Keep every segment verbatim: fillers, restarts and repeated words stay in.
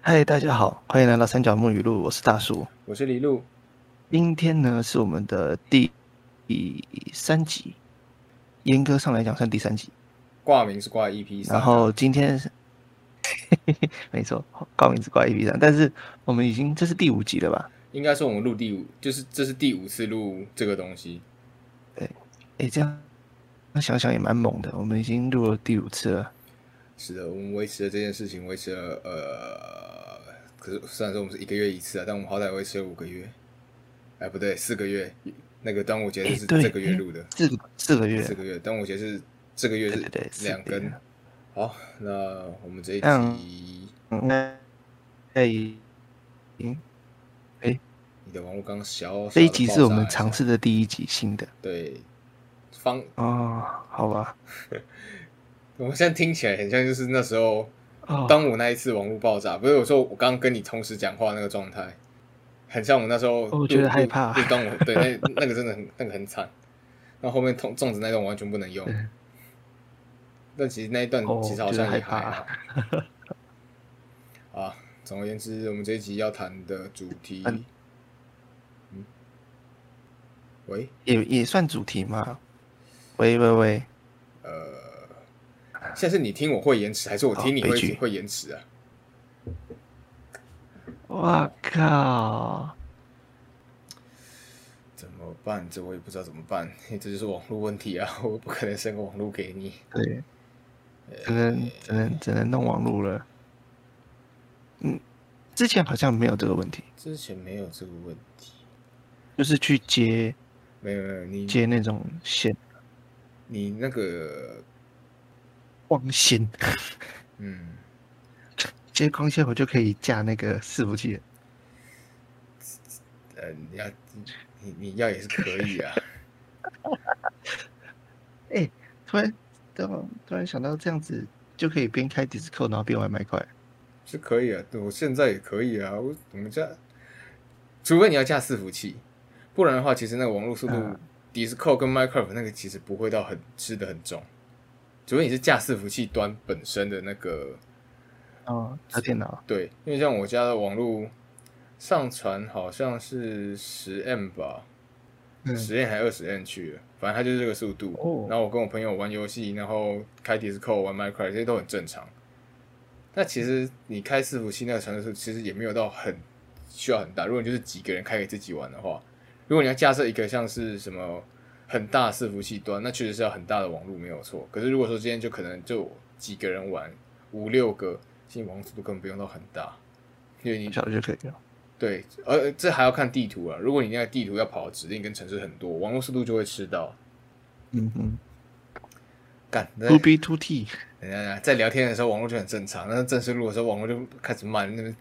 嗨，大家好，欢迎来到三角木语录，我是大树。 我是李路。 今天呢是我们的第三集，严格上来讲算第三集。 挂名是挂 E P 三、啊， 然后今天是，没错，高名字挂 E P 三，但是我们已经这是第五集了吧？ 应该说我们录第五，就是这是第五次录这个东西。 对，哎，这样想想也蛮猛的，我们已经录了第五次了。 是的，我们维持了这件事情，维持了呃，可是虽然说我们是一个月一次啊，但我们好歹维持了五个月。哎，不对，四个月。那个端午节是这个月录的， 四个四个月， 四个月。端午节是这个月是两根。好，那我们这一集， 嗯，哎，嗯，哎， 你的网络刚小小这一集是我们尝试的第一集，新的。 对，方哦，好吧。 我们现在听起来很像就是那时候端午那一次网络爆炸，不是我说我刚刚跟你同时讲话那个状态，很像我那时候我觉得害怕。 就端午对那那个真的很那个很惨，那后面粽子那段完全不能用，但其实那一段其实好像也还好。啊，总而言之，我们这一集要谈的主题，嗯，嗯喂， 也也算主题吗？喂喂喂， 呃，现在是你听我会延迟，还是我听你会会延迟啊？ 哇靠！ 怎么办？这我也不知道怎么办，这就是网络问题啊！我不可能生个网络给你。 对，只能只能只能弄网络了。嗯，之前好像没有这个问题。 之前没有这个问题， 就是去接， 没有没有你接那种线， 你那个光纤， 嗯， 接光纤我就可以架那个伺服器了。 呃，你要你你要也是可以啊。 哎、欸，突然突然想到这样子就可以边开 Discord 然后边玩麦块， 是可以啊，我现在也可以啊。我我们家，除非你要架伺服器，不然的话，其实那个网络速度、嗯、Discord 跟 Minecraft 那个其实不会到很吃的很重，除非你是架伺服器端本身的那个。 哦，他电脑对，因为像我家的网络上传好像是十 M 吧，十 M 还二十 M 去了，反正它就是这个速度。哦、然后我跟我朋友玩游戏，然后开 Discord 玩 Minecraft 这些都很正常。那其实你开伺服器那个传输速其实也没有到很需要很大。如果你就是几个人开给自己玩的话，如果你要架设一个像是什么很大伺服器端，那确实是要很大的网络没有错。可是如果说今天就可能就几个人玩，五六个。其实网络速度根本不用到很大，因为你小就可以了。 对，而这还要看地图啊。如果你那个地图要跑的指令跟程式很多，网络速度就会吃到。 嗯哼， 干 two B two T， 在聊天的时候网络就很正常，但正式录的时候网络就开始慢。那边，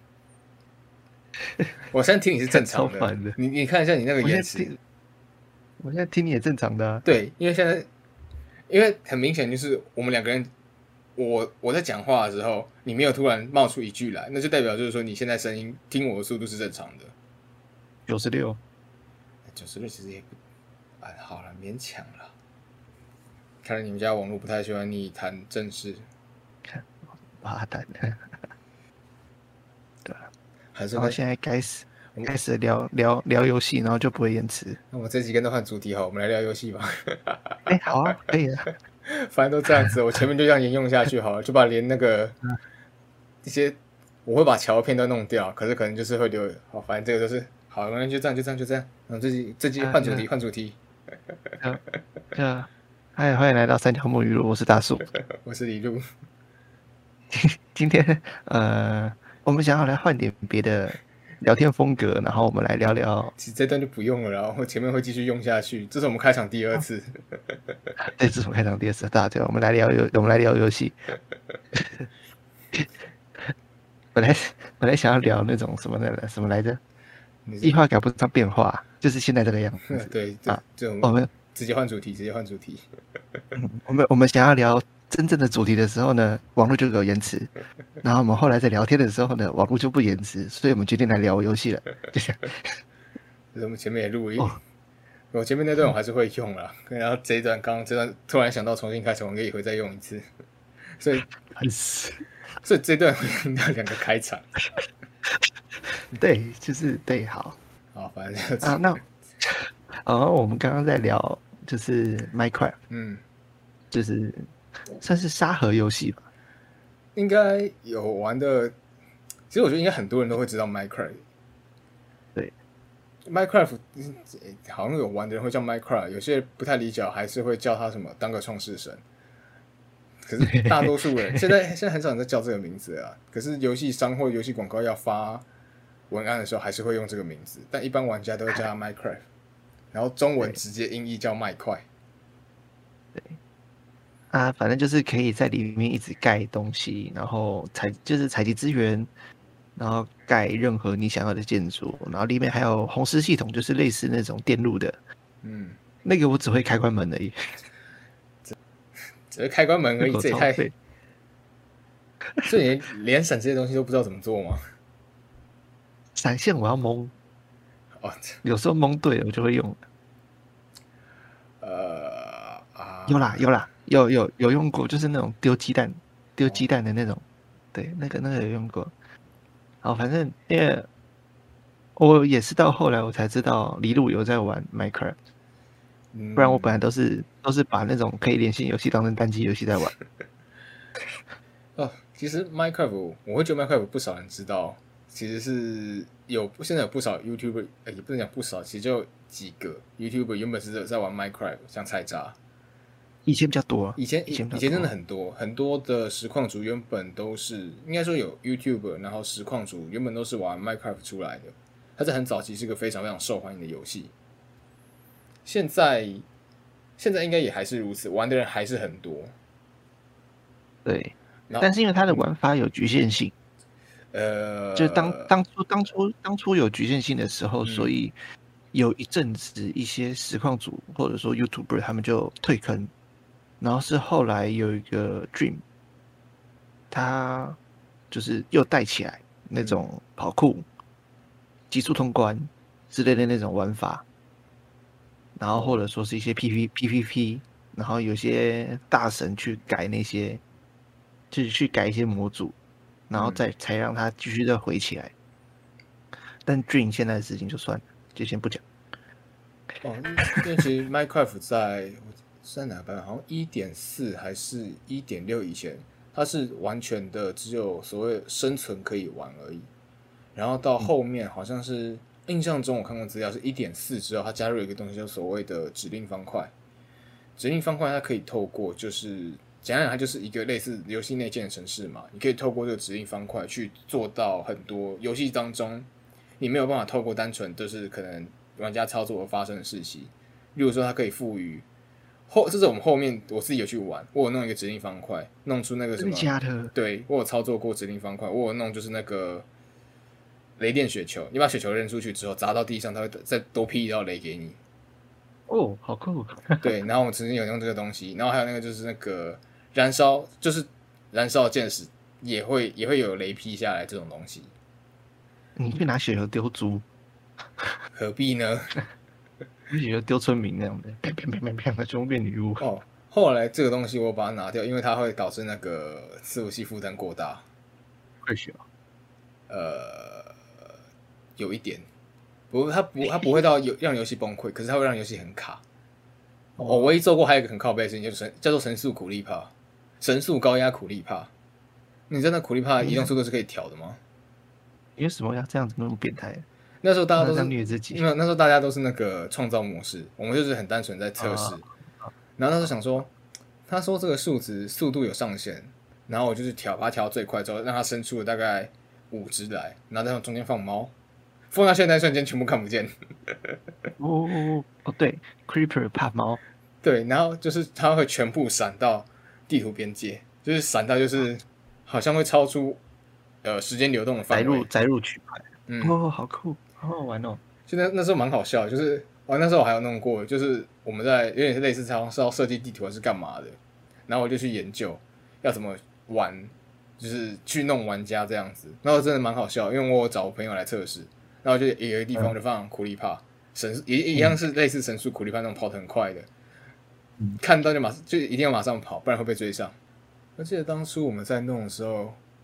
我现在听你是正常的， 的你你看一下你那个延迟。 我现在听你也正常的、啊。 对，因为现在，因为很明显就是我们两个人。我我在讲话的时候，你没有突然冒出一句来，那就代表就是说你现在声音听我的速度是正常的。 九十六， 九十六其实也不，啊，好了，勉强了。看来你们家网络不太喜欢你谈正事。 看，八蛋的。对啊， 还是然后现在开始开始聊聊聊游戏，然后就不会延迟。 那我这集跟他换主题好，我们来聊游戏吧。 哎、欸，好啊，可以啊。 反正都这样子，我前面就这样沿用下去好了，就把连那个一些我会把桥片都弄掉，可是可能就是会留。好，反正这个都是好，反正就这样，就这样，就这样。嗯，这集这集换主题，换主题。 这，嗨，欢迎来到三条木鱼路，我是大树， 我是李路。 今天呃，我们想要来换点别的聊天风格，然后我们来聊聊。 其实这段就不用了，然后前面会继续用下去。这是我们开场第二次。 对，这是我们开场第二次，大家我们来聊游，我们来聊游戏。本来本来想要聊那种什么的，什么来着？异化赶不上变化，就是现在这个样子。 对啊，这种我们直接换主题，直接换主题。 嗯，我们我们想要聊真正的主题的时候呢，网络就有延迟。然后我们后来在聊天的时候呢，网络就不延迟，所以我们决定来聊游戏了。就这样。 我们前面也录音，哦、我前面那段我还是会用啦。然后这一段，刚刚这段突然想到重新开始，我可以回再用一次。所以很死， 所以这段会听到两个开场。 对，就是对，好， 好，反正就啊，那哦，我们刚刚在聊就是 Minecraft， 嗯， 就是算是沙盒游戏吧。 应该有玩的，其实我觉得应该很多人都会知道 Minecraft。 对 ，Minecraft 好像有玩的人会叫 Minecraft，有些不太理解，还是会叫他什么当个创世神。可是大多数人现在现在很少人在叫这个名字啊。可是游戏商或游戏广告要发文案的时候，还是会用这个名字，但一般玩家都会叫它 Minecraft， 然后中文直接音译叫麦块。 对啊，反正就是可以在里面一直盖东西，然后采就是采集资源，然后盖任何你想要的建筑，然后里面还有红石系统，就是类似那种电路的。 嗯， 那个我只会开关门而已， 只是开关门而已，这也太……所以你连闪这些东西都不知道怎么做吗？ 闪现我要蒙， 哦， 有时候蒙对了我就会用。 呃啊， 有啦有啦有有有用过，就是那种丢鸡蛋丢鸡蛋的那种，对，那个那个有用过。好，反正因为我也是到后来我才知道李路有在玩 Minecraft，不然我本来都是都是把那种可以连线游戏当成单机游戏在玩。 哦，其实 Minecraft 我会觉得 Minecraft 不少人知道，其实是有现在有不少 YouTuber，、欸、也不能讲不少，其实就几个 YouTuber 原本是在玩 Minecraft， 像菜渣。 以前比较多， 以前以前以前真的很多很多的实况主原本都是应该说有 YouTuber， 然后实况主原本都是玩 Minecraft 出来的，它在很早期是个非常非常受欢迎的游戏。现在现在应该也还是如此，玩的人还是很多。 对，但是因为它的玩法有局限性， 呃， 就当当初当初当初有局限性的时候， 嗯、 所以有一阵子一些实况主或者说 YouTuber 他们就退坑。然后是后来有一个 Dream， 他就是又带起来那种跑酷、极速通关之类的那种玩法，然后或者说是一些 P P P P P， 然后有些大神去改那些，就是去改一些模组，然后再才让他继续再回起来。但 Dream 现在的事情就算了，就先不讲。 哦，因为其实 Minecraft 在在哪个版本？好像一点四还是一点六以前，它是完全的只有所谓生存可以玩而已。然后到后面好像是、嗯、印象中我看过资料是一点四之后，它加入一个东西，叫所谓的指令方块。指令方块它可以透过就是简单讲，它就是一个类似游戏内建的程式嘛，你可以透过这个指令方块去做到很多游戏当中你没有办法透过单纯就是可能玩家操作而发生的事情。例如说，它可以赋予后，这是我们后面我自己有去玩，我有弄一个指令方块，弄出那个什么？ 真的假的？ 对，我有操作过指令方块，我有弄就是那个雷电雪球，你把雪球扔出去之后砸到地上，它会再多劈一道雷给你。 哦，好酷！ 对，然后我曾经有用这个东西，然后还有那个就是那个燃烧，就是燃烧箭矢也会也会有雷劈下来这种东西。 你去拿雪球丢猪， 何必呢？ 雪球丢村民那样的，砰砰砰砰砰的，全部变女巫。 哦，后来这个东西我把它拿掉，因为它会导致那个伺服器负担过大。 会血吗？ 呃，有一点，不过它不它不会到有让游戏崩溃，可是它会让游戏很卡。我、哦、唯一做过还有一个很靠背的事情，就是神叫做神速苦力怕，神速高压苦力怕。你知道那苦力怕移动速度是可以调的吗？ 你为什么要这样子那么变态？ 那时候大家都是虐自己， 那那时候大家都是那个创造模式，我们就是很单纯在测试。啊、然后他就想说，他说这个数值速度有上限，然后我就是调，把它调到最快之后，让它生出了大概五只来，然后再从中间放猫，放到现在瞬间全部看不见。 哦哦哦，对 ，Creeper 怕猫。 对，然后就是它会全部闪到地图边界，就是闪到就是好像会超出呃时间流动的范围。 载入载入区块，嗯，哦，好酷，好好玩哦。 现在那时候蛮好笑，就是哦那时候我还有弄过，就是我们在有点类似是要设计地图还是干嘛的，然后我就去研究要怎么玩，就是去弄玩家这样子，然后真的蛮好笑，因为我有找我朋友来测试，然后就有一个地方我就放苦力怕神也一样是类似神速苦力怕那种跑得很快的。看到就马就一定要马上跑，不然会被追上。我记得当初我们在弄的时候，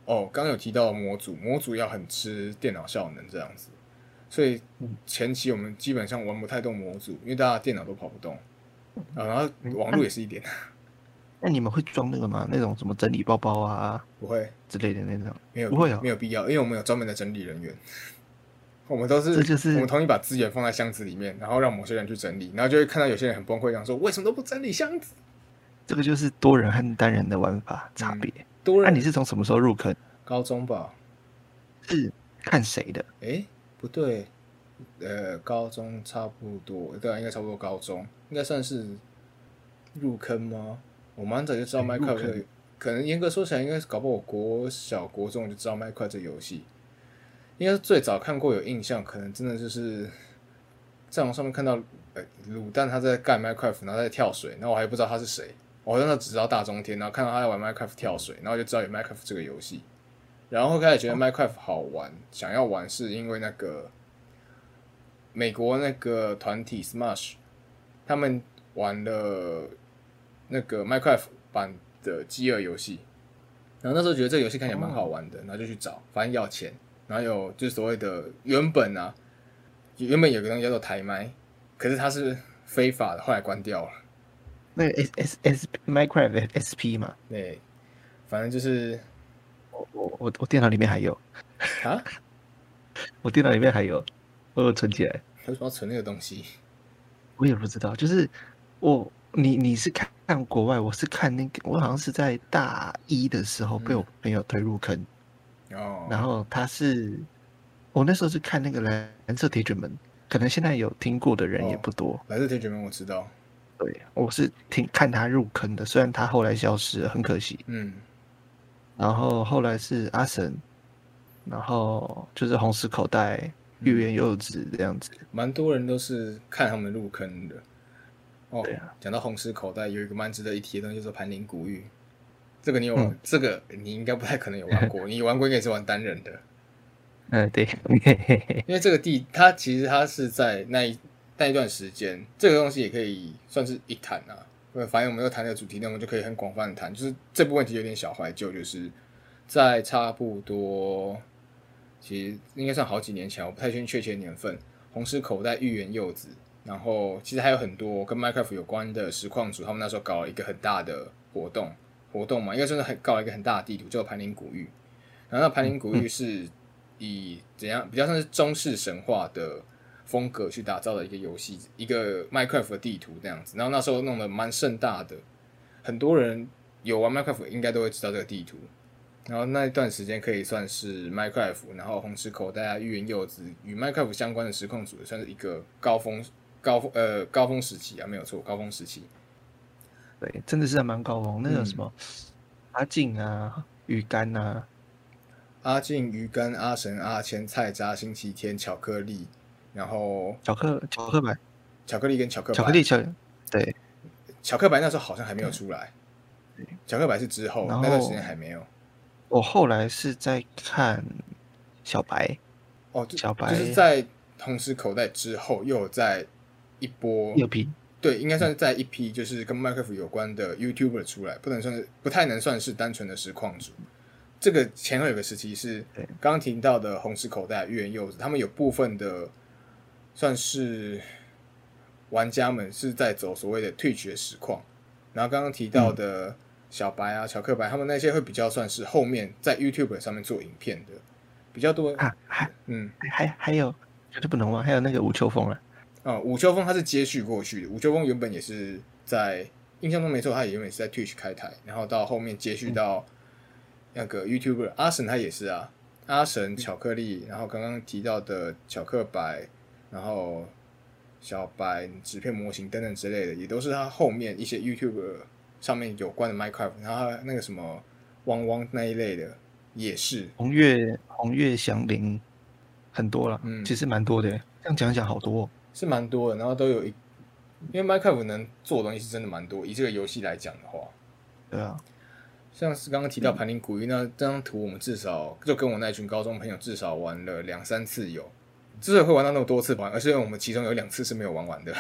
哦，刚刚有提到模组，模组要很吃电脑效能这样子，所以前期我们基本上玩不太动模组，因为大家电脑都跑不动啊，然后网络也是一点。 那你们会装那个吗？那种什么整理包包啊？ 不会之类的那种， 没有不会啊、哦， 没有必要，因为我们有专门的整理人员。我们都是， 这就是我们同意把资源放在箱子里面，然后让某些人去整理，然后就会看到有些人很崩溃，讲说为什么都不整理箱子？ 这个就是多人和单人的玩法差别。 嗯、多人， 那、啊、你是从什么时候入坑？ 高中吧。 是看谁的？ 哎，不对，呃，高中差不多，对啊，应该差不多高中，应该算是入坑吗？我蛮早就知道麦块这个，可能严格说起来，应该是搞不好我国小国中就知道麦块这个游戏。应该是最早看过有印象，可能真的就是在网上面看到，呃，卤蛋他在干 Minecraft， 然后在跳水，然后我还不知道他是谁，我好像只知道大中天，然后看到他在玩 Minecraft 跳水，然后就知道有 Minecraft 这个游戏，然后开始觉得 Minecraft 好玩，想要玩是因为那个美国那个团体 Smash， 他们玩了那个 Minecraft 版的饥饿游戏，然后那时候觉得这个游戏看起来蛮好玩的，然后就去找，反正要钱。然后有就是所谓的原本啊，原本有个东西叫做台麦，可是它是非法的，后来关掉了。 那个 S S S Minecraft S P 嘛？ 对，反正就是我我我我电脑里面还有啊， 我电脑里面还有，我有存起来。 为什么要存那个东西？ 我也不知道，就是我你你是看看国外，我是看那个，我好像是在大一的时候被我朋友推入坑。嗯哦， 然后他是，我那时候是看那个蓝色铁卷门，可能现在有听过的人也不多。 哦、蓝色铁卷门我知道， 对，我是听看他入坑的，虽然他后来消失了，很可惜。 嗯。 然后后来是阿神，然后就是红石口袋、玉原柚子这样子。 蛮多人都是看他们入坑的。哦， 对啊。 讲到红石口袋，有一个蛮值得一提的东西，叫做盘灵古玉。这个你有、嗯，这个你应该不太可能有玩过，你玩过应该是玩单人的。 嗯、呃，对， 因为这个地，它其实它是在那一那一段时间，这个东西也可以算是一谈啊。反正我们要谈这个主题，那我们就可以很广泛的谈。就是这部问题有点小怀旧，就是在差不多，其实应该算好几年前，我不太确定确切年份。红石口袋、芋圆柚子，然后其实还有很多跟 Minecraft 有关的实况主，他们那时候搞了一个很大的活动。活动嘛，应该算是很搞了一个很大的地图，叫盘灵古玉。然后那盘灵古玉是以怎样比较像是中式神话的风格去打造的一个游戏，一个 Minecraft 的地图这样子。然后那时候弄得蛮盛大的，很多人有玩 Minecraft 应该都会知道这个地图。然后那一段时间可以算是 Minecraft， 然后红石口袋啊、芋圆柚子与 Minecraft 相关的实况组，算是一个高峰高峰呃高峰时期啊，没有错，高峰时期。 对，真的是还蛮高峰。那个什么、嗯、阿静啊、鱼竿啊、 阿静、鱼竿、阿神、阿谦、菜渣、星期天、巧克力，然后巧克巧克白、 巧克力跟巧克白， 巧克力巧对， 巧克白那时候好像还没有出来，巧克白是之后，那段时间还没有。 我后来是在看小白， 哦， 小白就是在红石口袋之后，又有在一波一批。 对，应该算是在一批就是跟 Minecraft 有关的 YouTuber 出来，不能算是不太能算是单纯的实况主。这个前后有个时期是刚刚提到的红石口袋、芋圆柚子，他们有部分的算是玩家们是在走所谓的Twitch的实况，然后刚刚提到的小白啊、巧克白，他们那些会比较算是后面在 YouTube 上面做影片的比较多啊，还嗯， 还还有绝对不能忘，还有那个吴秋风啊。 啊、嗯，武秋风他是接续过去的。武秋风原本也是在印象中没错，他也原本是在 Twitch 开台，然后到后面接续到那个 YouTuber、嗯、阿神，他也是啊，阿神、巧克力，然后刚刚提到的巧克白，然后小白、纸片模型等等之类的，也都是他后面一些 YouTuber 上面有关的 Minecraft， 然后那个什么汪汪那一类的也是红月红月祥林很多了， 嗯， 其实蛮多的，这样讲讲好多、哦。 是蛮多的，然后都有一，因为 Minecraft 能做的东西是真的蛮多。以这个游戏来讲的话， 对啊， 像是刚刚提到盘灵古玉，那这张图我们至少就跟我那群高中朋友至少玩了两三次有，之所以会玩到那么多次玩，而是因为我们其中有两次是没有玩完的，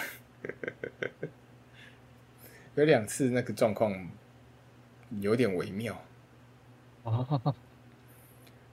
有两次那个状况有点微妙。 哦，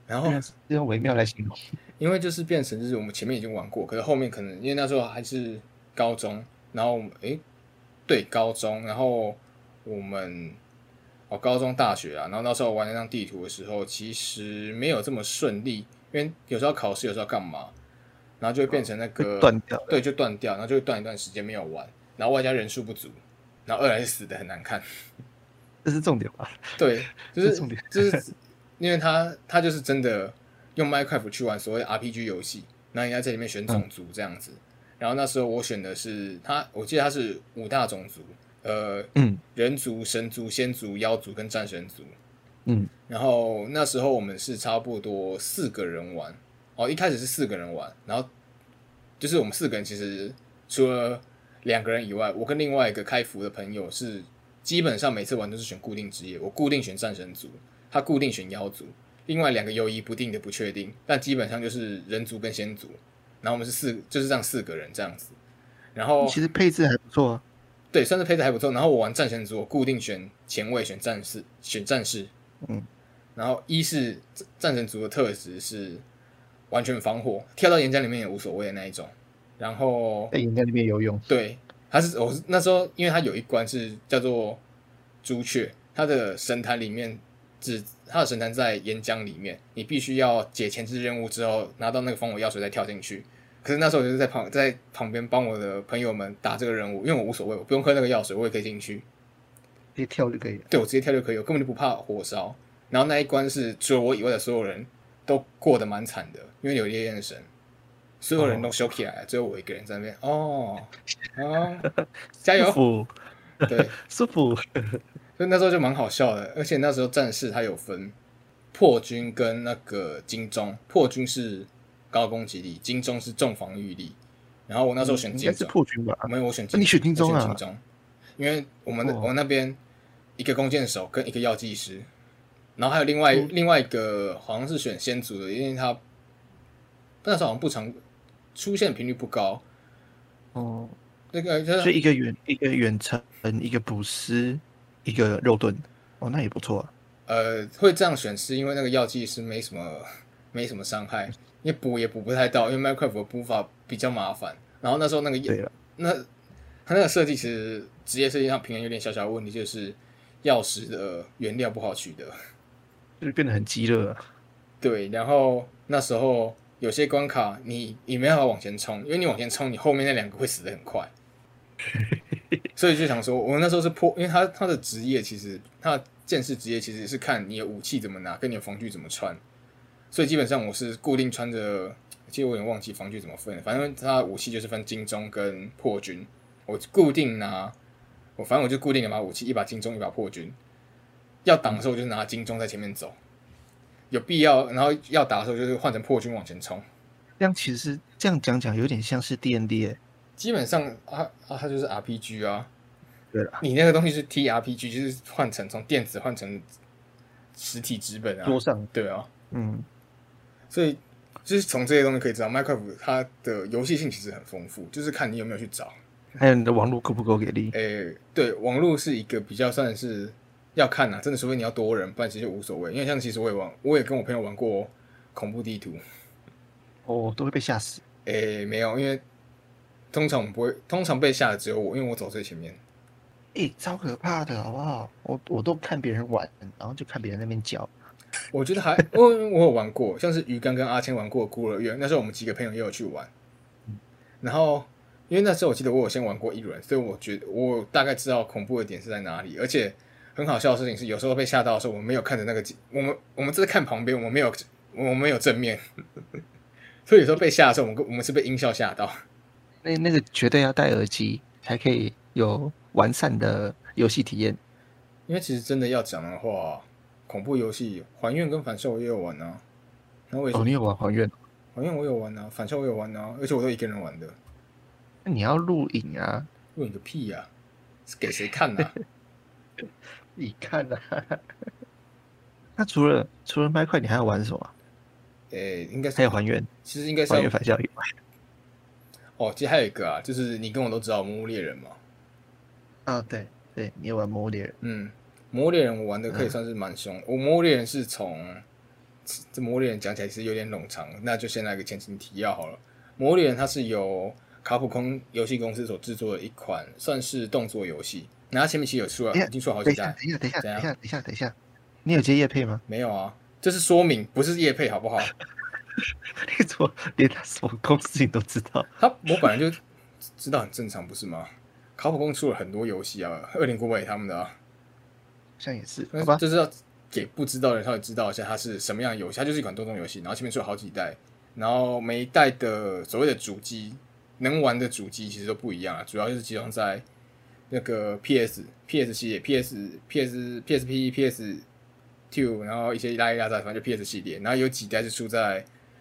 然后是用微妙来形容， 因为就是变成就是我们前面已经玩过，可是后面可能因为那时候还是高中，然后诶对高中，然后我们哦高中大学啊，然后那时候玩那张地图的时候，其实没有这么顺利，因为有时候考试，有时候干嘛，然后就会变成那会个断掉。 对就断掉，然后就会断一段时间没有玩，然后外加人数不足，然后二来是死的很难看。 这是重点吧？ 对，就是这是重点。 就是因为他他就是真的用 Minecraft 去玩所谓的 R P G 游戏，那应该在里面选种族这样子。嗯、然后那时候我选的是他，我记得他是五大种族，呃，嗯，人族、神族、仙族、妖族跟战神族。嗯，然后那时候我们是差不多四个人玩，哦，一开始是四个人玩，然后就是我们四个人其实除了两个人以外，我跟另外一个开服的朋友是基本上每次玩都是选固定职业，我固定选战神族，他固定选妖族，另外两个犹疑不定的不确定，但基本上就是人族跟仙族，然后我们是四就是这样四个人这样子，然后其实配置还不错啊， 对，算是配置还不错。然后我玩战神族，我固定选前卫选战士，选战士，嗯，然后一是战神族的特质是完全防火，跳到岩浆里面也无所谓的那一种。然后在岩浆里面游泳， 对，他是我那时候，因为他有一关是叫做朱雀，他的神坛里面只他的神坛在岩浆里面，你必须要解前置任务之后拿到那个防火药水再跳进去。可是那时候我就是在旁在旁边帮我的朋友们打这个任务，因为我无所谓，我不用喝那个药水，我也可以进去， 直接跳就可以了。 对，我直接跳就可以，我根本就不怕火烧。然后那一关是除了我以外的所有人都过得蛮惨的，因为有烈焰神。所有人都修起来了，只有我一个人在那边。哦，哦，加油！ 舒服， 对， 舒服。 所以那时候就蛮好笑的，而且那时候战士他有分破军跟那个金钟，破军是高攻击力，金钟是重防御力。然后我那时候选金钟， 应该是破军吧？ 没有，我选金， 你选金钟啊？ 我选金钟，因为我们、哦、我那边一个弓箭手跟一个药剂师，然后还有另外、嗯、另外一个好像是选仙族的，因为他那时候好像不常。出现频率不高， 哦， 那个所以一个远一个远程，一个补师，一个肉盾，哦，那也不错啊。 呃，会这样选是因为那个药剂是没什么没什么伤害，因为补也补不太到，因为 Minecraft 的补法比较麻烦。然后那时候那个对了， 那他那个设计其实职业设计上平衡有点小小的问题，就是药石的原料不好取得， 就是变得很激烈啊。 对，然后那时候。有些关卡你你没办法往前冲，因为你往前冲，你后面那两个会死得很快，所以就想说，我那时候是破，因为他他的职业其实他的剑士职业其实是看你的武器怎么拿，跟你的防具怎么穿，所以基本上我是固定穿着，其实我有点忘记防具怎么分，反正他的武器就是分金钟跟破军，我固定拿，我反正我就固定两把武器，一把金钟，一把破军，要挡的时候我就拿金钟在前面走。有必要，然后要打的时候就是换成破军往前冲。 这样其实这样讲讲有点像是 D N D 欸。 基本上啊啊，它就是 R P G 啊。 对了， 你那个东西是 T R P G，就是换成从电子换成实体纸本啊。 桌上。 对啊， 嗯， 所以就是从这些东西可以知道 ，Minecraft 它的游戏性其实很丰富，就是看你有没有去找。 还有你的网络够不够给力？ 诶、欸，对，网络是一个比较算是。要看啊，真的，除非你要多人，不然其实就无所谓。因为像其实我也玩，我也跟我朋友玩过恐怖地图， 哦，都会被吓死。 诶、欸，没有，因为通常我们不会，通常被吓的只有我，因为我走最前面。 诶、欸，超可怕的，好不好？我我都看别人玩，然后就看别人那边叫。 我觉得还，我我有玩过，像是鱼竿跟阿谦玩过孤儿院，那时候我们几个朋友也有去玩。然后，因为那时候我记得我有先玩过一轮，所以我觉得我大概知道恐怖的点是在哪里，而且。很好笑的事情是，有时候被吓到的时候，我们没有看着那个，我们我们只是看旁边，我们没有我们没有正面，所以有时候被吓的时候，我们我们是被音效吓到。 那那个绝对要戴耳机，才可以有完善的游戏体验。 因为其实真的要讲的话，恐怖游戏还愿跟返校我也有玩啊。然后我也哦，你有玩还愿？ 还愿我有玩啊，返校我有玩啊，而且我都一个人玩的。 那你要录影啊？ 录影个屁呀、啊！是给谁看啊？ 你看啊，那除了除了麦块，你还要玩什么？ 诶、欸，应该是还有还愿， 其实应该是还愿返校以外。 哦，其实还有一个啊，就是你跟我都知道《魔物猎人》嘛。 啊，对对，你也玩魔物猎人。 嗯，魔物猎人我玩的可以算是蛮凶、嗯。我魔物猎人是从这魔物猎人讲起来是有点冗长，那就先来个前情提要好了。魔物猎人它是由卡普空游戏公司所制作的一款算是动作游戏，那它前面其实有出了，已经出了好几代。 等一下，等一下，等一下，等一下，等一下，你有接业配吗？ 没有啊，这是说明，不是业配，好不好？ 你怎么连他什么公司你都知道？ 他我本来就知道，很正常，不是吗？卡普空出了很多游戏啊，恶灵古堡也他们的啊， 像也是，好吧， 就是要给不知道的人稍微知道一下它是什么样的游戏。它就是一款动作游戏，然后前面出了好几代，然后每一代的所谓的主机能玩的主机其实都不一样啊，主要就是集中在那个 P S、P S 系列、P S、PS、P S P、P S Two， 然后一些拉一拉杂，反正就 P S 系列，然后有几代是出在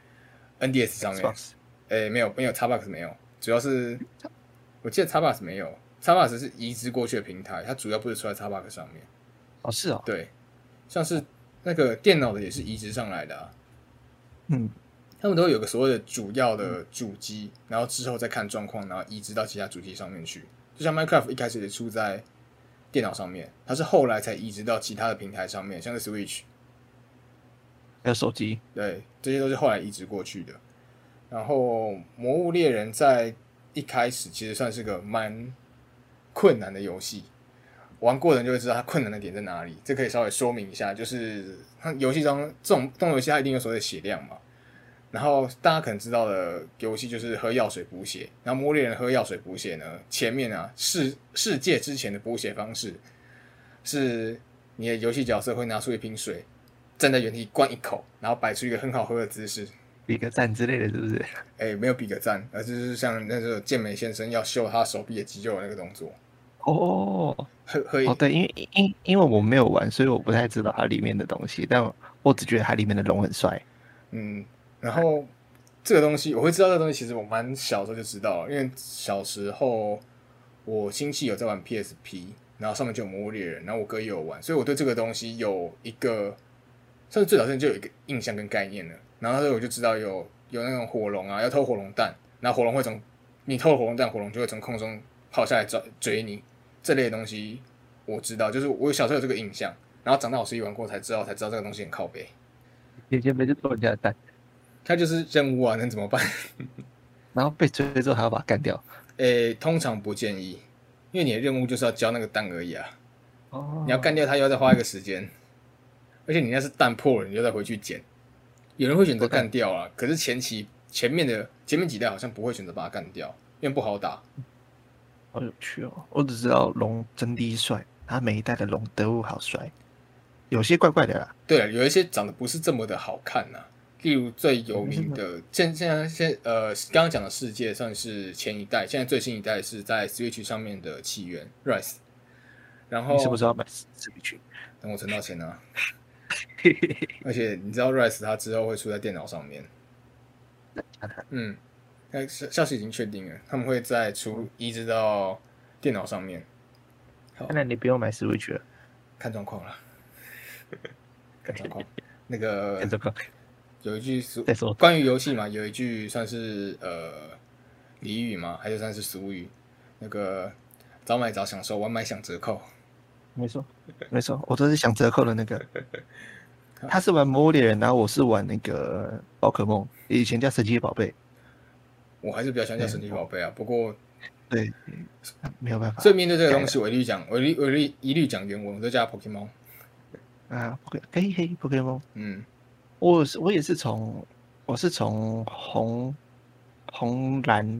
N D S 上面。诶，没有没有 Xbox 没有，主要是我记得 Xbox 没有 ，Xbox 是移植过去的平台，它主要不是出在 Xbox 上面。 哦，是哦， 对，像是那个电脑的也是移植上来的啊。 嗯， 他们都会有个所谓的主要的主机，然后之后再看状况，然后移植到其他主机上面去。就像 Minecraft 一开始也出在电脑上面，它是后来才移植到其他的平台上面，像是 Switch， 还有手机， 对，这些都是后来移植过去的。然后《魔物猎人》在一开始其实算是个蛮困难的游戏，玩过的人就会知道它困难的点在哪里。这可以稍微说明一下，就是它游戏中这种动作游戏它一定有所谓的血量嘛。然后大家可能知道的游戏就是喝药水补血，然后《魔物猎人》喝药水补血呢，前面啊世世界之前的补血方式是你的游戏角色会拿出一瓶水，站在原地灌一口，然后摆出一个很好喝的姿势。 比个赞之类的，是不是？ 哎、欸，没有比个赞，而就是像那个健美先生要秀他手臂的肌肉的那个动作。 哦， 喝喝哦，对，因为因因为我没有玩，所以我不太知道它里面的东西，但我只觉得它里面的龙很帅。 嗯，然后这个东西我会知道这个东西，其实我蛮小的时候就知道了，因为小时候我亲戚有在玩 P S P， 然后上面就有魔物猎人，然后我哥也有玩，所以我对这个东西有一个，甚至最早之前就有一个印象跟概念了。然后那时候我就知道有有那种火龙啊，要偷火龙蛋，然后火龙会从你偷了火龙蛋，火龙就会从空中跑下来追追你，这类的东西我知道，就是我小时候有这个印象，然后长大我实际玩过才知道，才知道这个东西很靠北。 以前没就偷人家的蛋， 它就是任务啊，能怎么办？ 然后被追之后还要把它干掉。 诶，通常不建议，因为你的任务就是要交那个蛋而已啊。 哦， 你要干掉它，又要再花一个时间，而且你那是蛋破了，你就再回去捡。有人会选择干掉啊，可是前期前面的前面几代好像不会选择把它干掉，因为不好打。 好有趣哦！我只知道龙真的帅，他每一代的龙德物好帅，有些怪怪的啦。 对了，有一些长得不是这么的好看呐、啊，例如最有名的，现现在现呃刚刚讲的世界算是前一代，现在最新一代是在 Switch 上面的起源 Rise。然后你是不是要买 Switch？ 等我存到钱啊！而且你知道 Rise 它之后会出在电脑上面，嗯，那消息已经确定了，他们会再出移植到电脑上面。 好，那你不用买 Switch 了， 看状况了，看状况。那个看状况。 有一句再说关于游戏嘛，有一句算是呃俚语嘛，还是算是俗语，那个早买早享受，晚买享折扣。 没错，没错，我都是想折扣的那个。他是玩魔物猎人，然后我是玩那个宝可梦，以前叫神奇宝贝。 我还是比较喜欢叫神奇宝贝啊，不过对，没有办法。 所以面对这个东西，我一律讲，我一律我一律一律讲原文，我都叫 Pokemon。 啊，可以可以 Pokemon。 嗯， 我是我也是从我是从红红蓝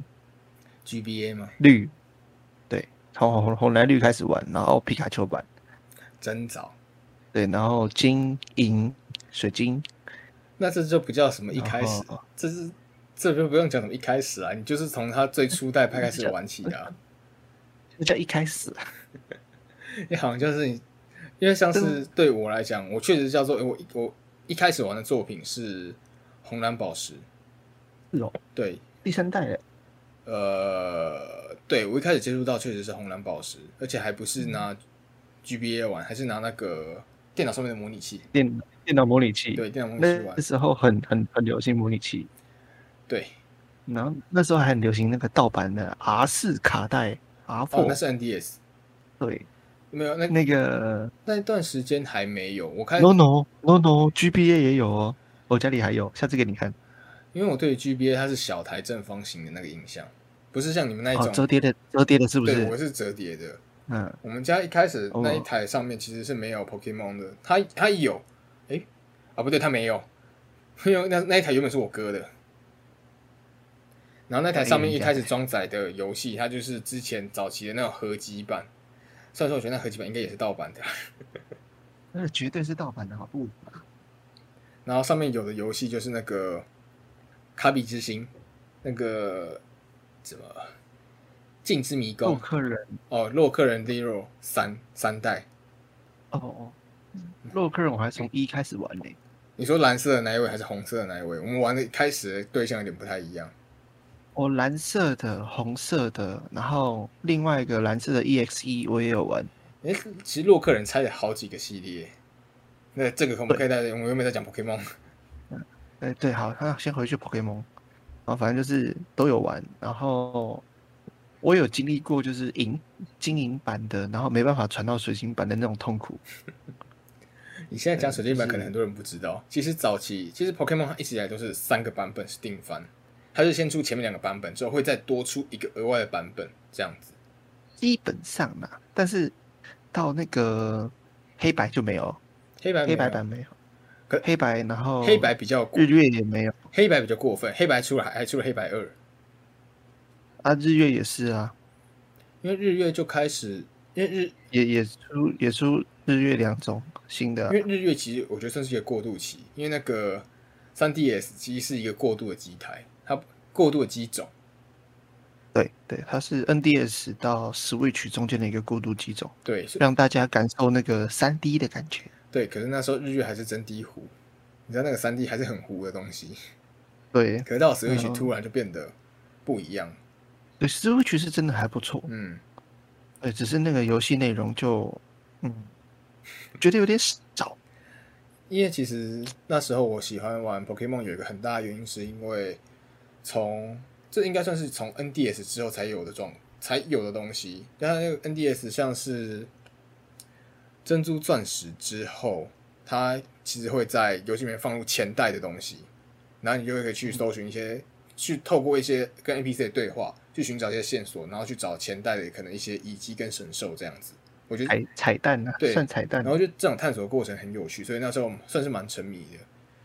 G B A 嘛， 绿，对，从红红蓝绿开始玩，然后皮卡丘版， 真早。 对，然后金银水晶， 那这就不叫什么一开始，这是这就不用讲什么一开始啊，你就是从它最初代开始玩起的、啊， 这叫一开始。 你好像就是你，因为像是对我来讲，我确实叫做我我一开始玩的作品是红蓝宝石， 是哦， 对， 第三代了。 呃，对我一开始接触到确实是红蓝宝石，而且还不是拿 G B A 玩，还是拿那个电脑上面的模拟器， 电电脑模拟器， 对，电脑模拟器玩。 那时候很很很流行模拟器， 对， 然后那时候还很流行那个盗版的 R 四卡带 R 四， 哦，那是 N D S， 对， 没有那那个那段时间还没有，我看 No No No No G B A 也有哦， 我家里还有，下次给你看。 因为我对于 G B A 它是小台正方形的那个印象，不是像你们那一种、 哦、折叠的，折叠的是不是？ 对，我是折叠的。 嗯， 我们家一开始那一哦台上面其实是没有 Pokemon 的，它它有，哎、欸，啊不对，它没有，因为那那一台原本是我哥的。然后那台上面一开始装载的游戏，它就是之前早期的那种合集版。虽然说我觉得那合集版应该也是盗版的， 那绝对是盗版的，好不？ 然后上面有的游戏就是那个卡比之星，那个怎么镜之迷宫， 洛克人哦，洛克人 Zero 三三代。 哦哦，洛克人我还从一开始玩呢。 你说蓝色的那一位还是红色的那一位？我们玩的开始的对象有点不太一样。 我、哦、蓝色的、红色的，然后另外一个蓝色的 E X E 我也有玩。 哎，其实洛克人拆了好几个系列。那这个我们可以在我们原本在讲 Pokemon。 嗯，对对，好，那先回去 Pokemon。然后反正就是都有玩，然后我有经历过就是银金银版的，然后没办法传到水晶版的那种痛苦。 你现在讲水晶版，可能很多人不知道，其实早期其实 Pokemon 它一直以来都是三个版本是定番，它是先出前面两个版本，之后会再多出一个额外的版本，这样子。 基本上啦，但是到那个黑白就没有， 黑白黑白版没有，可黑白然后黑白比较日月也没有， 黑白比较过分，黑白出了还出了黑白二， 啊日月也是啊， 因为日月就开始，因为日也也出也出日月两种新的、啊， 因为日月其实我觉得算是一个过渡期，因为那个三 D S 机是一个过渡的机台，它过渡的机种。 对对，它是 N D S 到 Switch 中间的一个过渡机种， 对， 让大家感受那个三 D 的感觉。 对，可是那时候日月还是真低糊，你知道那个三 D 还是很糊的东西。 对， 可是到 Switch 突然就变得不一样。 对 ，Switch 是真的还不错。 嗯， 对，只是那个游戏内容就，嗯，觉得有点少。 因为其实那时候我喜欢玩 Pokemon 有一个很大的原因，是因为从这应该算是从 N D S 之后才有的状才有的东西。但它那个 N D S 像是珍珠钻石之后，它其实会在游戏里面放入前代的东西，然后你就可以去搜寻一些，去透过一些跟 N P C 的对话，去寻找一些线索，然后去找前代的可能一些遗迹跟神兽这样子。我觉得彩彩蛋啊， 对， 算彩蛋。 然后就这种探索的过程很有趣，所以那时候算是蛮沉迷的。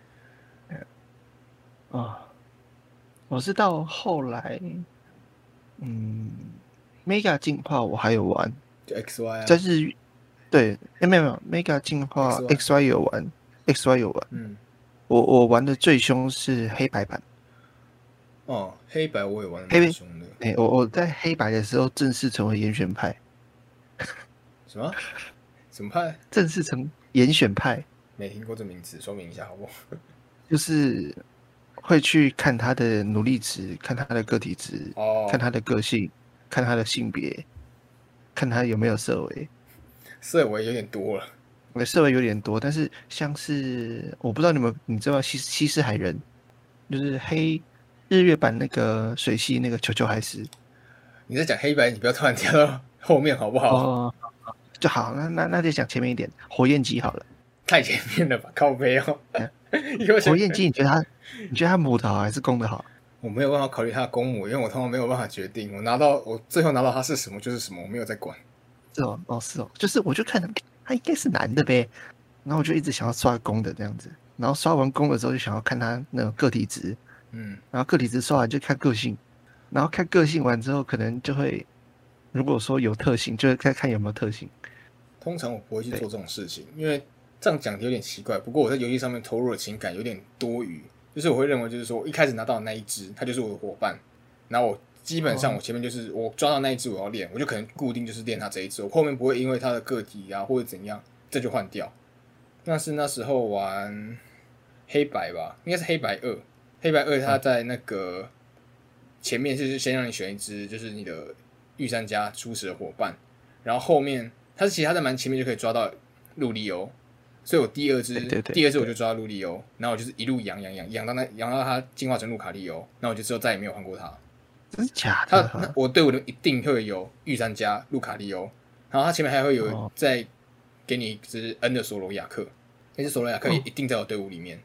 啊、哦，我是到后来，嗯 ，Mega 进化我还有玩， 就 X Y 啊， 在日对，哎没有没有 Mega 进化 X Y, X Y 有玩 ，X Y 有玩， 嗯， 我我玩的最凶是黑白版。 哦，黑白我也玩的蛮凶的。 哎、欸，我我在黑白的时候正式成为严选派。 什么？什么派？ 正式成严选派， 没听过这名词，说明一下好不好？ 就是会去看他的努力值，看他的个体值， 哦， 看他的个性，看他的性别，看他有没有色违。 色违有点多了， 我的色违有点多，但是像是我不知道你们，你知道西西施海人，就是黑日月版那个水系那个球球海狮。 你在讲黑白，你不要突然跳到后面好不好？ 哦，就好，那那那就讲前面一点，火焰鸡好了。 太前面了吧，靠背哦。 火焰鸡，你觉得他，你觉得他母的好还是公的好？ 我没有办法考虑他的公母，因为我通常没有办法决定。我拿到我最后拿到他是什么就是什么，我没有在管。 是哦，哦是哦，就是我就看他应该是男的呗，然后我就一直想要刷公的这样子，然后刷完公的之后就想要看他那种个体值， 嗯， 然后个体值刷完就看个性，然后看个性完之后可能就会，如果说有特性，就是看看有没有特性。 通常我不会去做这种事情，因为这样讲有点奇怪。不过我在游戏上面投入的情感有点多余，就是我会认为就是说，我一开始拿到的那一只，它就是我的伙伴，然后我基本上我前面就是我抓到那一只我要练，我就可能固定就是练它这一只，我后面不会因为它的个体啊或者怎样这就换掉。那是那时候玩黑白吧，应该是黑白二，黑白二它在那个前面是先让你选一只就是你的御三家初始的伙伴，然后后面它是其实它在蛮前面就可以抓到路利欧，所以我第二只对对对第二只我就抓到路利欧，然后我就是一路养养养养到那养到它进化成路卡利欧，然后我就之后再也没有换过它。 真的假他的？ 我队伍里一定会有御三家路卡利欧，然后他前面还会有再给你一只 N 的索罗亚克，那只索罗亚克也一定在我队伍里面。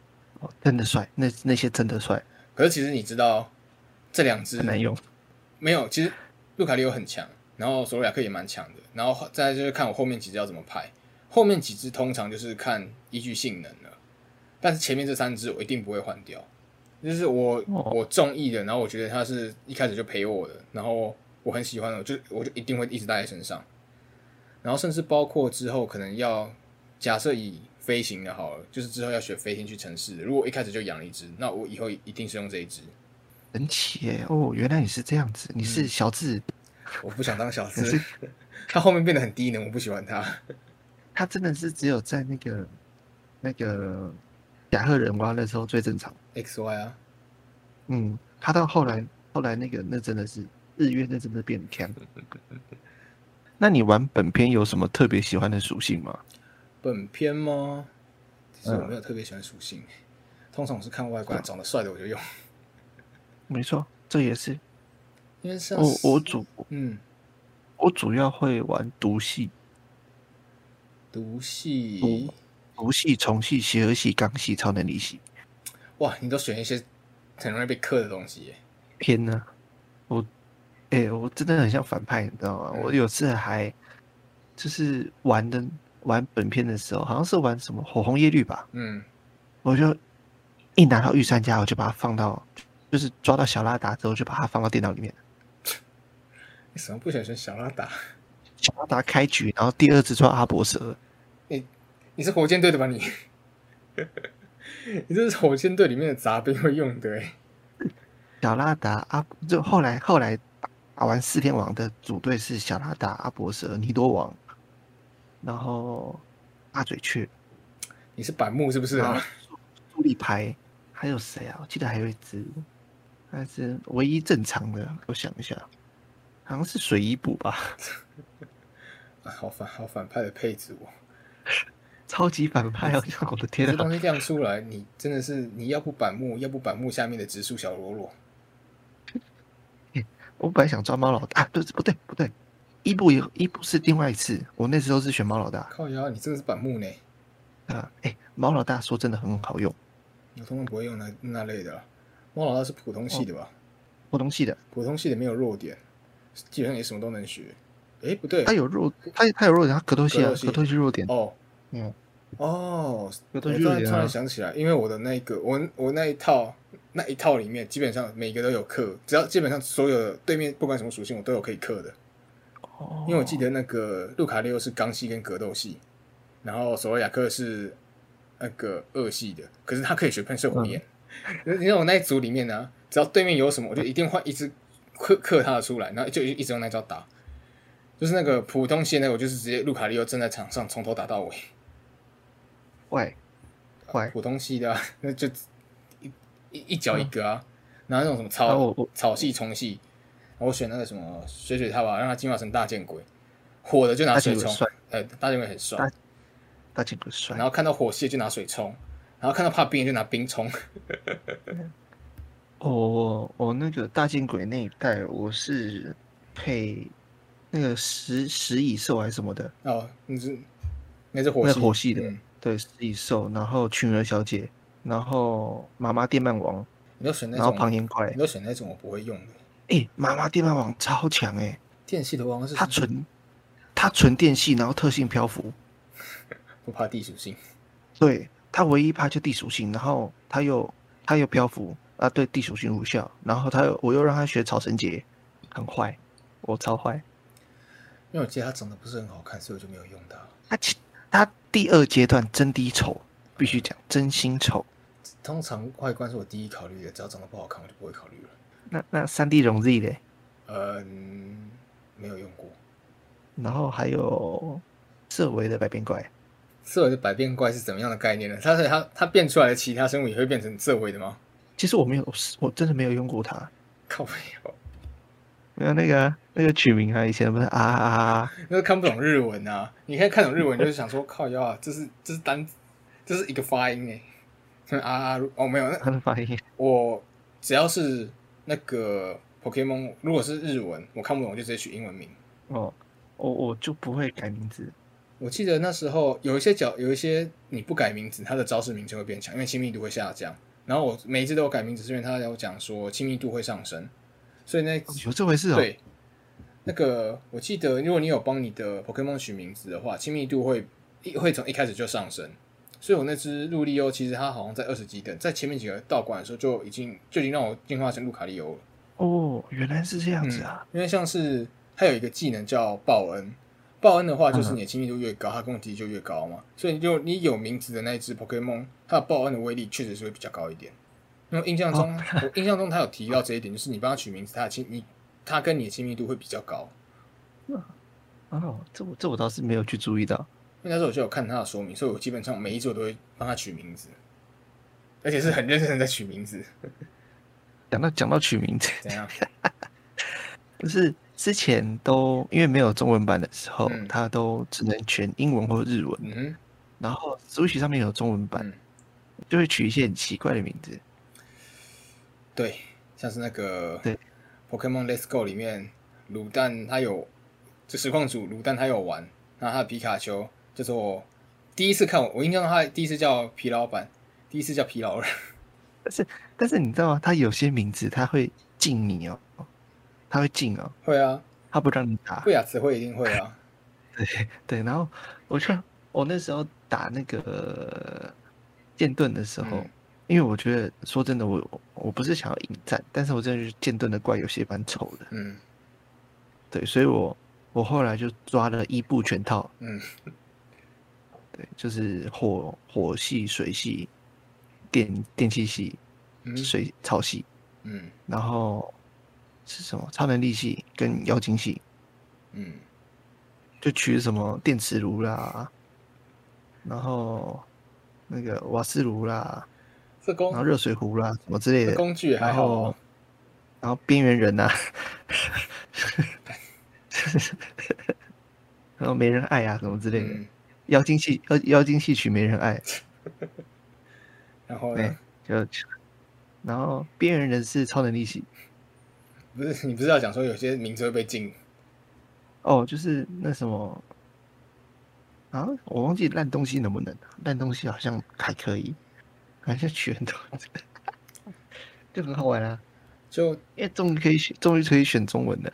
真的帅，那那些真的帅。 可是其实你知道，这两只很难用。 没有，其实路卡利欧很强，然后索罗亚克也蛮强的，然后再来就是看我后面几只要怎么排。后面几只通常就是看依据性能了，但是前面这三只我一定不会换掉。就是我、哦、我中意的，然后我觉得它是一开始就陪我的，然后我很喜欢的，我就我就一定会一直带在身上。然后甚至包括之后可能要假设以飞行的好了，就是之后要学飞天去城市的，如果一开始就养了一只，那我以后一定是用这一只。 神奇耶！哦，原来你是这样子，你是小智。嗯、 我不想当小智，他后面变得很低能，我不喜欢他。 他真的是只有在那个那个甲贺忍蛙那时候最正常。 X Y 啊， 嗯，他到后来后来那个那真的是日月，那真的变强。那你玩本片有什么特别喜欢的属性吗？ 本片吗？其实我没有特别喜欢属性、嗯，通常我是看外观，长得帅的我就用。 没错，这也是。 因为像我我主嗯， 我主要会玩毒系。 毒系、 毒毒系、虫系、邪恶系、钢系、超能力系。 哇，你都选一些很容易被克的东西耶。 天哪，我哎、欸，我真的很像反派，你知道吗？嗯、我有次还就是玩的玩本片的时候，好像是玩什么火红叶绿吧。 嗯， 我就一拿到御三家，我就把它放到，就是抓到小拉达之后，就把它放到电脑里面。 你怎么不想选小拉达？ 小拉达开局，然后第二只抓阿伯蛇。 你你是火箭队的吧你？你这是火箭队里面的杂兵会用的哎。 小拉达阿就后来后来打完四天王的组队是小拉达、阿伯蛇、尼多王，然后大嘴雀。 你是板木是不是啊？ 朱力牌还有谁啊？我记得还有一只，还是唯一正常的。我想一下，好像是水衣补吧。 啊，好反好反派的配置我。 超级反派哦！我的天啊！ 这东西亮出来，你真的是你要不板木，要不板木下面的直树小罗罗。 欸、我本来想抓猫老大啊，不不对不对，伊布伊布是另外一次，我那时候是选猫老大。 靠腰，你真的是板木呢？ 啊，哎、欸，猫老大说真的很好用。 我通常不会用那那类的啦，猫老大是普通系的吧？哦、 普通系的， 普通系的没有弱点，基本上你什么都能学。哎、欸，不对， 他有弱，他他有弱点，他格斗系啊，格斗系弱点。 哦， 嗯， 哦， 格斗系弱点、啊。 我突然想起来，因为我的那个我我那一套那一套里面，基本上每个都有克，只要基本上所有的对面不管什么属性，我都有可以克的。哦，因为我记得那个路卡利欧是钢系跟格斗系，然后索罗亚克是那个二系的，可是他可以学喷射火焰。嗯、你看我那一组里面呢、啊，只要对面有什么，我就一定换一只克克他的出来，然后就一直用那招打。就是那个普通系那个，我就是直接路卡利欧站在场上，从头打到尾。 坏，坏。 普通系的、啊，那就一一一脚一个啊。嗯、然后那种什么草草系、虫系，我选那个什么水水套吧，让他进化成大剑鬼。火的就拿水冲，呃，大剑鬼很帅。 大剑鬼帅。 然后看到火系就拿水冲，然后看到怕冰就拿冰冲。 我我那个大剑鬼那一代，我是配那个食食蚁兽还是什么的哦，那是那是火系，那火系的， 嗯、 对，食蚁兽，然后群儿小姐，然后妈妈电鳗王， 你都选那种， 然后庞岩怪， 你都选那种我不会用的。 哎、欸，妈妈电鳗王超强哎、欸， 电系的王是他纯他纯电系，然后特性漂浮， 不怕地属性， 对他唯一怕就地属性，然后他又他又漂浮啊，对地属性无效，然后他又我又让他学草绳节，很坏，我超坏。 因为我记得他长得不是很好看，所以我就没有用他。 他他第二阶段真低丑，必须讲真心丑。 通常外观是我第一考虑的，只要长得不好看，我就不会考虑了。 那那三 D 融 Z 嘞？ 嗯，没有用过。 然后还有色维的百变怪。 色维的百变怪是怎么样的概念呢？它是它它变出来的其他生物也会变成色维的吗？ 其实我没有，我真的没有用过它。 靠没有。 没有那个那个取名啊，以前不是啊啊啊， 那是看不懂日文啊！你看看懂日文，就是想说靠腰啊，这是这是单，这是一个发音哎，啊啊哦没有那它的发音。 我只要是那个 Pokemon， 如果是日文我看不懂，我就直接取英文名。 哦，我我就不会改名字。 我记得那时候有一些角，有一些你不改名字，它的招式名称会变强，因为亲密度会下降。然后我每一次都有改名字，是因为他有讲说亲密度会上升，所以那有这回事哦。 对，那个我记得，如果你有帮你的 Pokemon 取名字的话，亲密度会会从一开始就上升。所以我那只路利欧其实它好像在二十几等，在前面几个道馆的时候就已经就已经让我进化成路卡利欧了。 哦，原来是这样子啊！ 嗯、因为像是它有一个技能叫报恩，报恩的话就是你的亲密度越高，它攻击就越高嘛。所以就你有名字的那一只 Pokemon， 它的报恩的威力确实是会比较高一点。因为印象中，哦、我印象中他有提到这一点，就是你帮他取名字，他的亲你他跟你的亲密度会比较高。 哦，这我这我倒是没有去注意到。 因为那时候我就有看他的说明，所以我基本上每一次我都会帮他取名字，而且是很认真的在取名字。 讲到讲到取名字， 怎样？ 就是之前都因为没有中文版的时候， 嗯、 他都只能选英文或日文。 嗯、 然后 Switch 上面有中文版，嗯、就会取一些很奇怪的名字。 对，像是那个对 Pokemon Let's Go 里面，卤蛋他有，就实况组卤蛋他有玩，那他的皮卡丘就是我第一次看我，我印象中他第一次叫皮老板，第一次叫皮老二。 但是但是你知道吗？他有些名字他会禁你哦，他会禁哦。 会啊， 他不让你打。 会啊，词汇一定会啊。 对对，然后我就我那时候打那个剑盾的时候。嗯，因为我觉得说真的，我我不是想要引战，但是我真的是剑盾的怪有些蛮丑的。 嗯， 对，所以我我后来就抓了伊布全套。 嗯， 对，就是火火系、水系、电电气系、嗯、水草系， 嗯， 然后是什么超能力系跟妖精系， 嗯， 就取什么电磁炉啦，然后那个瓦斯炉啦。然后热水壶啦，什么之类的工具还好、 哦，然后边缘人呐、啊，然后没人爱啊，什么之类的，嗯、妖精系妖妖精系曲没人爱， 然后呢， 就然后边缘人是超能力系， 不是你不是要讲说有些名字会被禁？ 哦，就是那什么啊，我忘记烂东西能不能，烂东西好像还可以。好像取很多，就很好玩啊！ 就因为终于可以选，终于可以选中文了。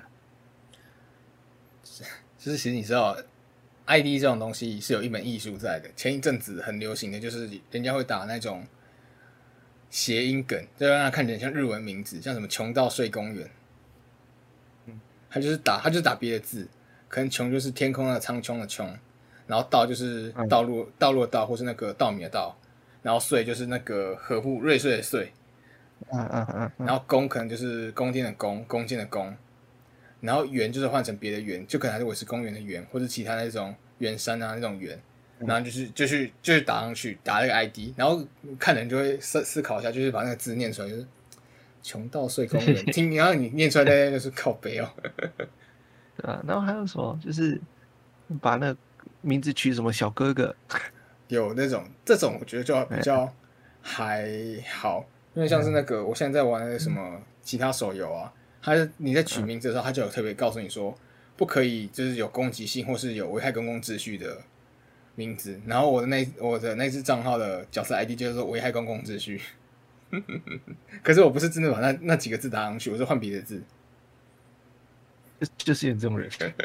就是其实你知道 ，I D 这种东西是有一门艺术在的。前一阵子很流行的就是人家会打那种谐音梗，就让它看起来像日文名字，像什么“穷到睡公园”。嗯，他就是打，他就是打别的字，可能“穷”就是天空的苍穹的“穹”，然后“道”就是道路、嗯、道路的“道”，或是那个稻米的“稻”。然后岁就是那个和富瑞穗的穗， 嗯嗯嗯， 然后宫可能就是宫殿的宫，弓箭的弓，然后园就是换成别的园，就可能还是我是公园的园，或者其他那种圆山啊那种园，然后就是就是就是打上去打那个 I D， 然后看人就会思思考一下，就是把那个字念出来，就是穷到睡公园，听然后你念出来大概就是靠北哦， 对啊，然后还有什么就是把那个名字取什么小哥哥。 有那种这种，我觉得就比较还好，因为像是那个我现在在玩的什么其他手游啊，它你在取名字的时候，它就有特别告诉你说，不可以就是有攻击性或是有危害公共秩序的名字。然后我的那我的那只账号的角色 I D 就是说危害公共秩序，可是我不是真的把那那几个字打上去，我是换别的字， 就就是有这种人，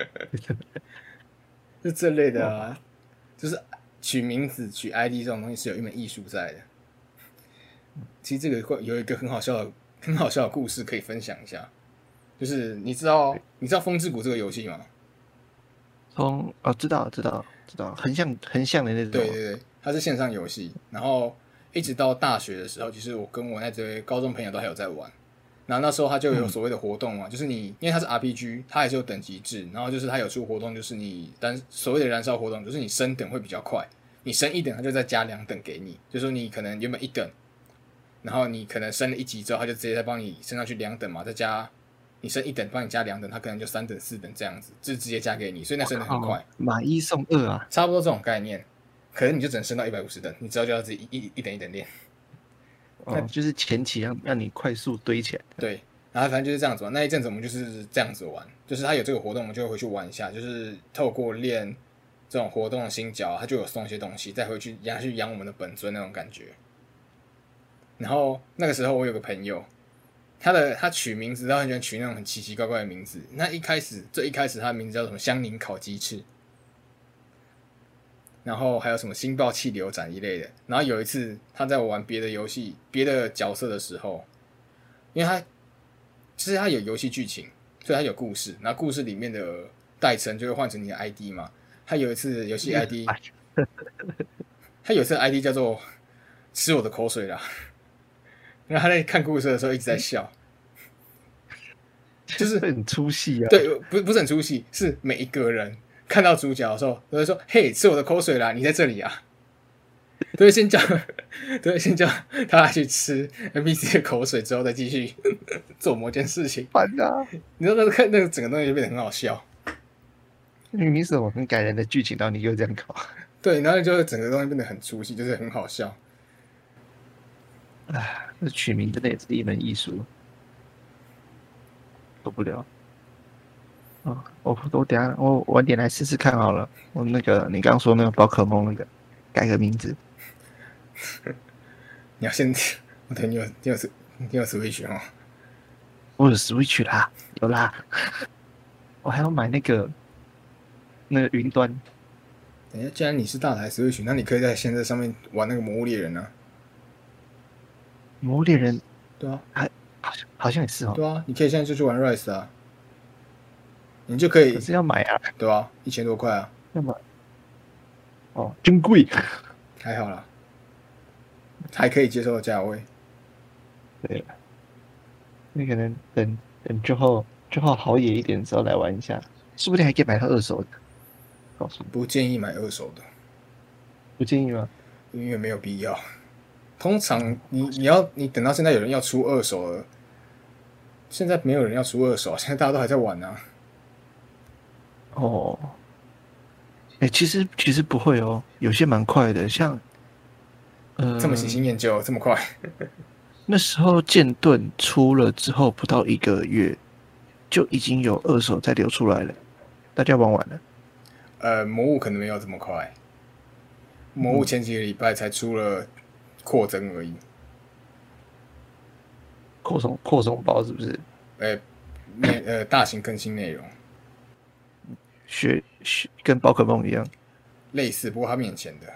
就这类的啊，就是。取名字、取 I D 这种东西是有一门艺术在的。其实这个有一个很好笑的、很好笑的故事可以分享一下，就是你知道你知道《风之谷》这个游戏吗？ 风哦，知道知道知道，很像很像的那种。 对对对，它是线上游戏，然后一直到大学的时候，其实我跟我那堆高中朋友都还有在玩。然后那时候它就有所谓的活动嘛，嗯、就是你因为它是 R P G， 它还是有等级制，然后就是它有出活动，就是你单所谓的燃烧活动，就是你升等会比较快，你升一等，它就再加两等给你，就是说你可能原本一等，然后你可能升了一级之后，它就直接再帮你升上去两等嘛，再加你升一等，帮你加两等，它可能就三等、四等这样子，就直接加给你，所以那升得很快， 买一送二啊， 差不多这种概念。可能你就只能升到一百五十等，你之后就要自己一一一等一等练。 哦，就是前期让让你快速堆起来。 对。然后反正就是这样子玩，那一阵子我们就是这样子玩，就是他有这个活动，我们就会回去玩一下，就是透过练这种活动的新角，他就有送一些东西，再回去养去养我们的本尊那种感觉。然后那个时候我有个朋友，他的他取名字，他很喜欢取那种很奇奇怪怪的名字。那一开始最一开始他的名字叫什么香柠烤鸡翅，然后还有什么星爆气流斩一类的。然后有一次他在玩别的游戏、别的角色的时候，因为他其实他有游戏剧情，所以他有故事，然后故事里面的代称就会换成你的 I D 嘛。他有一次游戏 I D， 他有一次 I D 叫做“吃我的口水啦”，然后他在看故事的时候一直在笑，就是很出戏啊。 对，不不是很出戏，是每一个人看到主角的时候都会说：“嘿，吃我的口水啦，你在这里啊！”都会先叫，都会先叫他去吃 N P C 的口水，之后再继续做某件事情。 烦啊！ 你知道那个看那个整个东西就变得很好笑。 明明是什么很感人的剧情，然后你又这样搞。 对，然后就整个东西变得很出戏，就是很好笑。 哎，这取名真的也是一门艺术，受不了。哦，我我等下我晚点来试试看好了。我那个你刚刚说那个宝可梦那个改个名字。 你要先，我等你有你有你有 Switch 哦。 我有 Switch 啦，有啦。我还要买那个那个云端。 等一下，既然你是大台 Switch， 那你可以在现在上面玩那个魔物猎人啊。 魔物猎人， 对啊， 还好像好像也是哦。 对啊，你可以现在就去玩 Rise 啊，你就可以。 可是要买啊。 对啊，一千多块啊。 要买。哦，真贵。 还好啦，还可以接受的价位。 对了，你可能等等之后之后好野一点的时候来玩一下，说不定还可以买到二手的。告诉你， 不建议买二手的。 不建议吗？ 因为没有必要。通常你你要你等到现在有人要出二手了，现在没有人要出二手，现在大家都还在玩啊。 哦，哎、欸，其实其实不会哦，有些蛮快的，像呃这么喜新厌旧，这么快。 那时候剑盾出了之后不到一个月，就已经有二手在流出来了，大家玩完了。 呃，魔物可能没有这么快，魔物前几个礼拜才出了扩增而已。 扩充扩充包是不是？ 呃，内呃大型更新内容， 学学跟宝可梦一样， 类似，不过它面前的，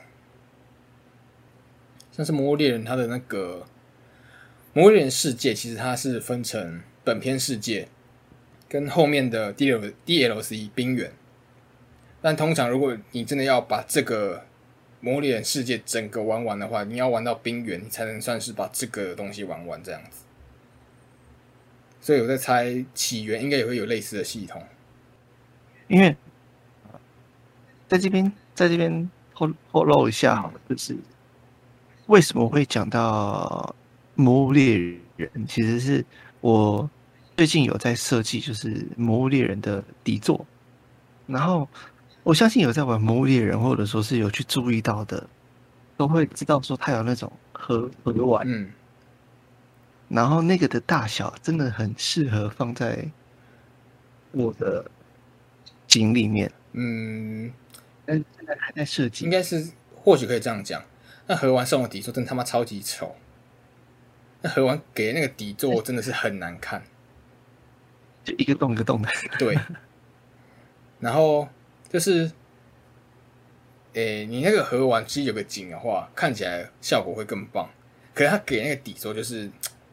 像是魔物猎人，它的那个魔物猎人世界，其实它是分成本篇世界跟后面的 D L D L C 冰原。但通常，如果你真的要把这个魔物猎人世界整个玩完的话，你要玩到冰原，你才能算是把这个东西玩完这样子。所以我在猜，起源应该也会有类似的系统。 因为在这边在这边透透露一下好了，就是为什么会讲到魔物猎人，其实是我最近有在设计，就是魔物猎人的底座，然后。我相信有在玩《魔物猎人》，或者说是有去注意到的，都会知道说它有那种盒盒丸， 嗯， 然后那个的大小真的很适合放在我的井里面， 嗯， 但现在还在设计， 应该是或许可以这样讲。那盒丸送的底座真的他妈超级丑，那盒丸给那个底座真的是很难看， 就一个洞一个洞的。 对，然后。就是，诶，你那个盒丸其实有个井的话，看起来效果会更棒。可是他给那个底座就是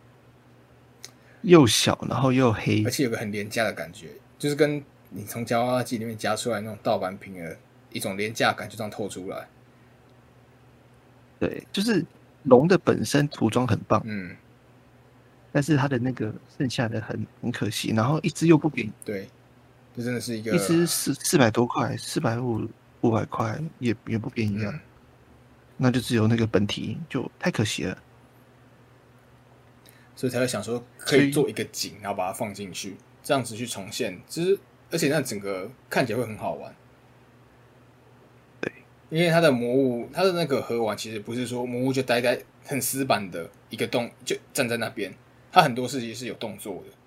又小，然后又黑， 而且有个很廉价的感觉，就是跟你从夹娃娃机里面夹出来那种盗版品的一种廉价感就这样透出来。 对，就是龙的本身涂装很棒， 嗯， 但是它的那个剩下的很很可惜，然后一只又不便宜。 对。这真的是一个一只四四百多块，四百五五百块，也也不便宜啊。嗯、那就只有那个本体，就太可惜了。 所以才会想说，可以做一个景，然后把它放进去，这样子去重现。其实，而且那整个看起来会很好玩。 对， 因为它的魔物，它的那个盒丸，其实不是说魔物就待在很死板的一个洞，就站在那边。它很多事情是有动作的，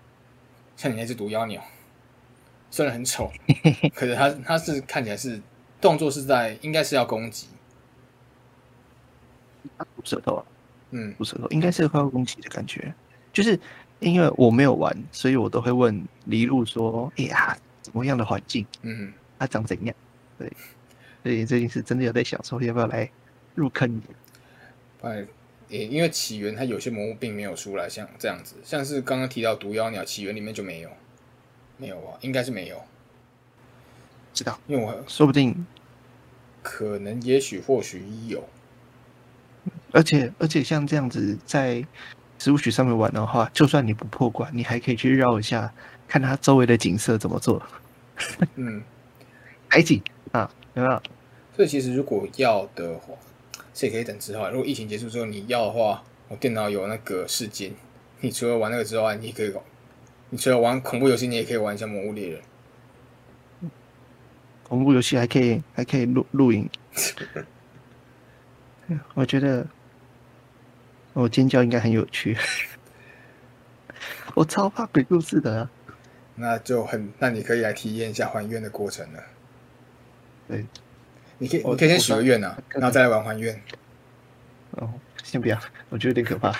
像你那只毒妖鸟。虽然很丑，可是它它是看起来是动作是在应该是要攻击， 吐舌头啊， 嗯， 吐舌头应该是快要攻击的感觉。就是因为我没有玩，所以我都会问黎路说：“哎呀，怎么样的环境？嗯，它长怎样？”对，所以最近是真的有在想说要不要来入坑。 哎，因为起源它有些魔物并没有出来，像这样子，像是刚刚提到毒妖鸟，起源里面就没有，没有啊，应该是没有。 知道， 因为我说不定， 可能、也许、或许有。 而且而且像这样子在食物曲上面玩的话，就算你不破关，你还可以去绕一下，看它周围的景色怎么做。 嗯， 海景啊，有没有？ 所以其实如果要的话，这也可以等之后。如果疫情结束之后你要的话，我电脑有那个世界，你除了玩那个之外，你可以，你除了玩恐怖游戏，你也可以玩一下《魔物猎人》。 恐怖游戏还可以还可以录录影，我觉得我尖叫应该很有趣。我超怕鬼故事的啊。 那就很，那你可以来体验一下还愿的过程了。 对， 你可以你可以先许个愿啊，然后再来玩还愿。 哦，先不要，我觉得有点可怕。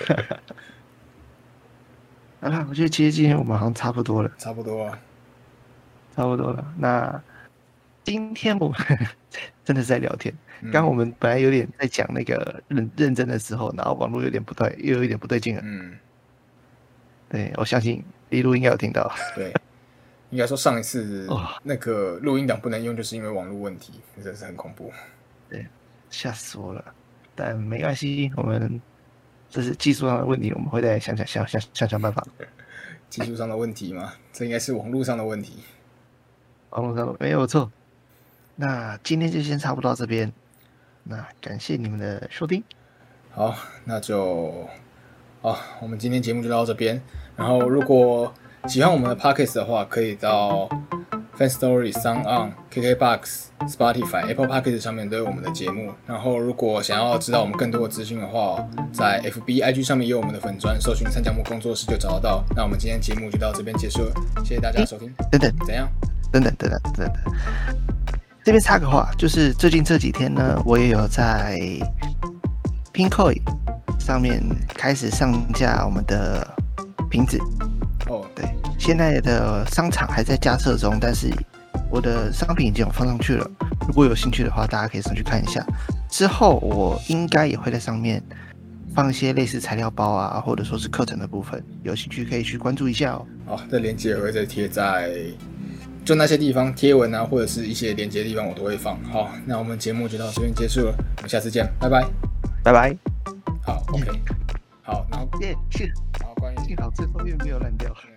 好啦，我觉得其实今天我们好像差不多了， 差不多了， 差不多了。那今天我们真的是在聊天。刚刚我们本来有点在讲那个认认真的时候，然后网络有点不对，又有一点不对劲了。嗯，对，我相信一路应该有听到。 对，应该说上一次那个录音档不能用，就是因为网络问题，真的是很恐怖。 对，吓死我了。但没关系，我们这是技术上的问题，我们会再想想想想想想办法。 技术上的问题吗？这应该是网络上的问题。 网络上的没有错。那今天就先差不多到这边。那感谢你们的收听。 好，那就好，我们今天节目就到这边。然后，如果喜欢我们的 Podcast 的话，可以到 Fanstory、SoundOn、K K Box、Spotify、Apple Podcast 上面都有我们的节目。然后，如果想要知道我们更多的资讯的话，在 F B、I G 上面也有我们的粉专，搜寻三角木工作室就找得到。那我们今天节目就到这边结束了，谢谢大家的收听。 等等， 怎样？ 等等等等等等，这边插个话，就是最近这几天呢，我也有在 Pinkoi 上面开始上架我们的瓶子。哦，对，现在的商场还在架设中，但是我的商品已经有放上去了。如果有兴趣的话，大家可以上去看一下。之后我应该也会在上面放一些类似材料包啊，或者说是课程的部分，有兴趣可以去关注一下哦。 好，这链接也会再贴在。就那些地方贴文啊，或者是一些连接的地方，我都会放。好，那我们节目就到这边结束了，我们下次见，拜拜， 拜拜。 好 ，OK， 好，然后耶，幸好，关于幸好最后面没有烂掉。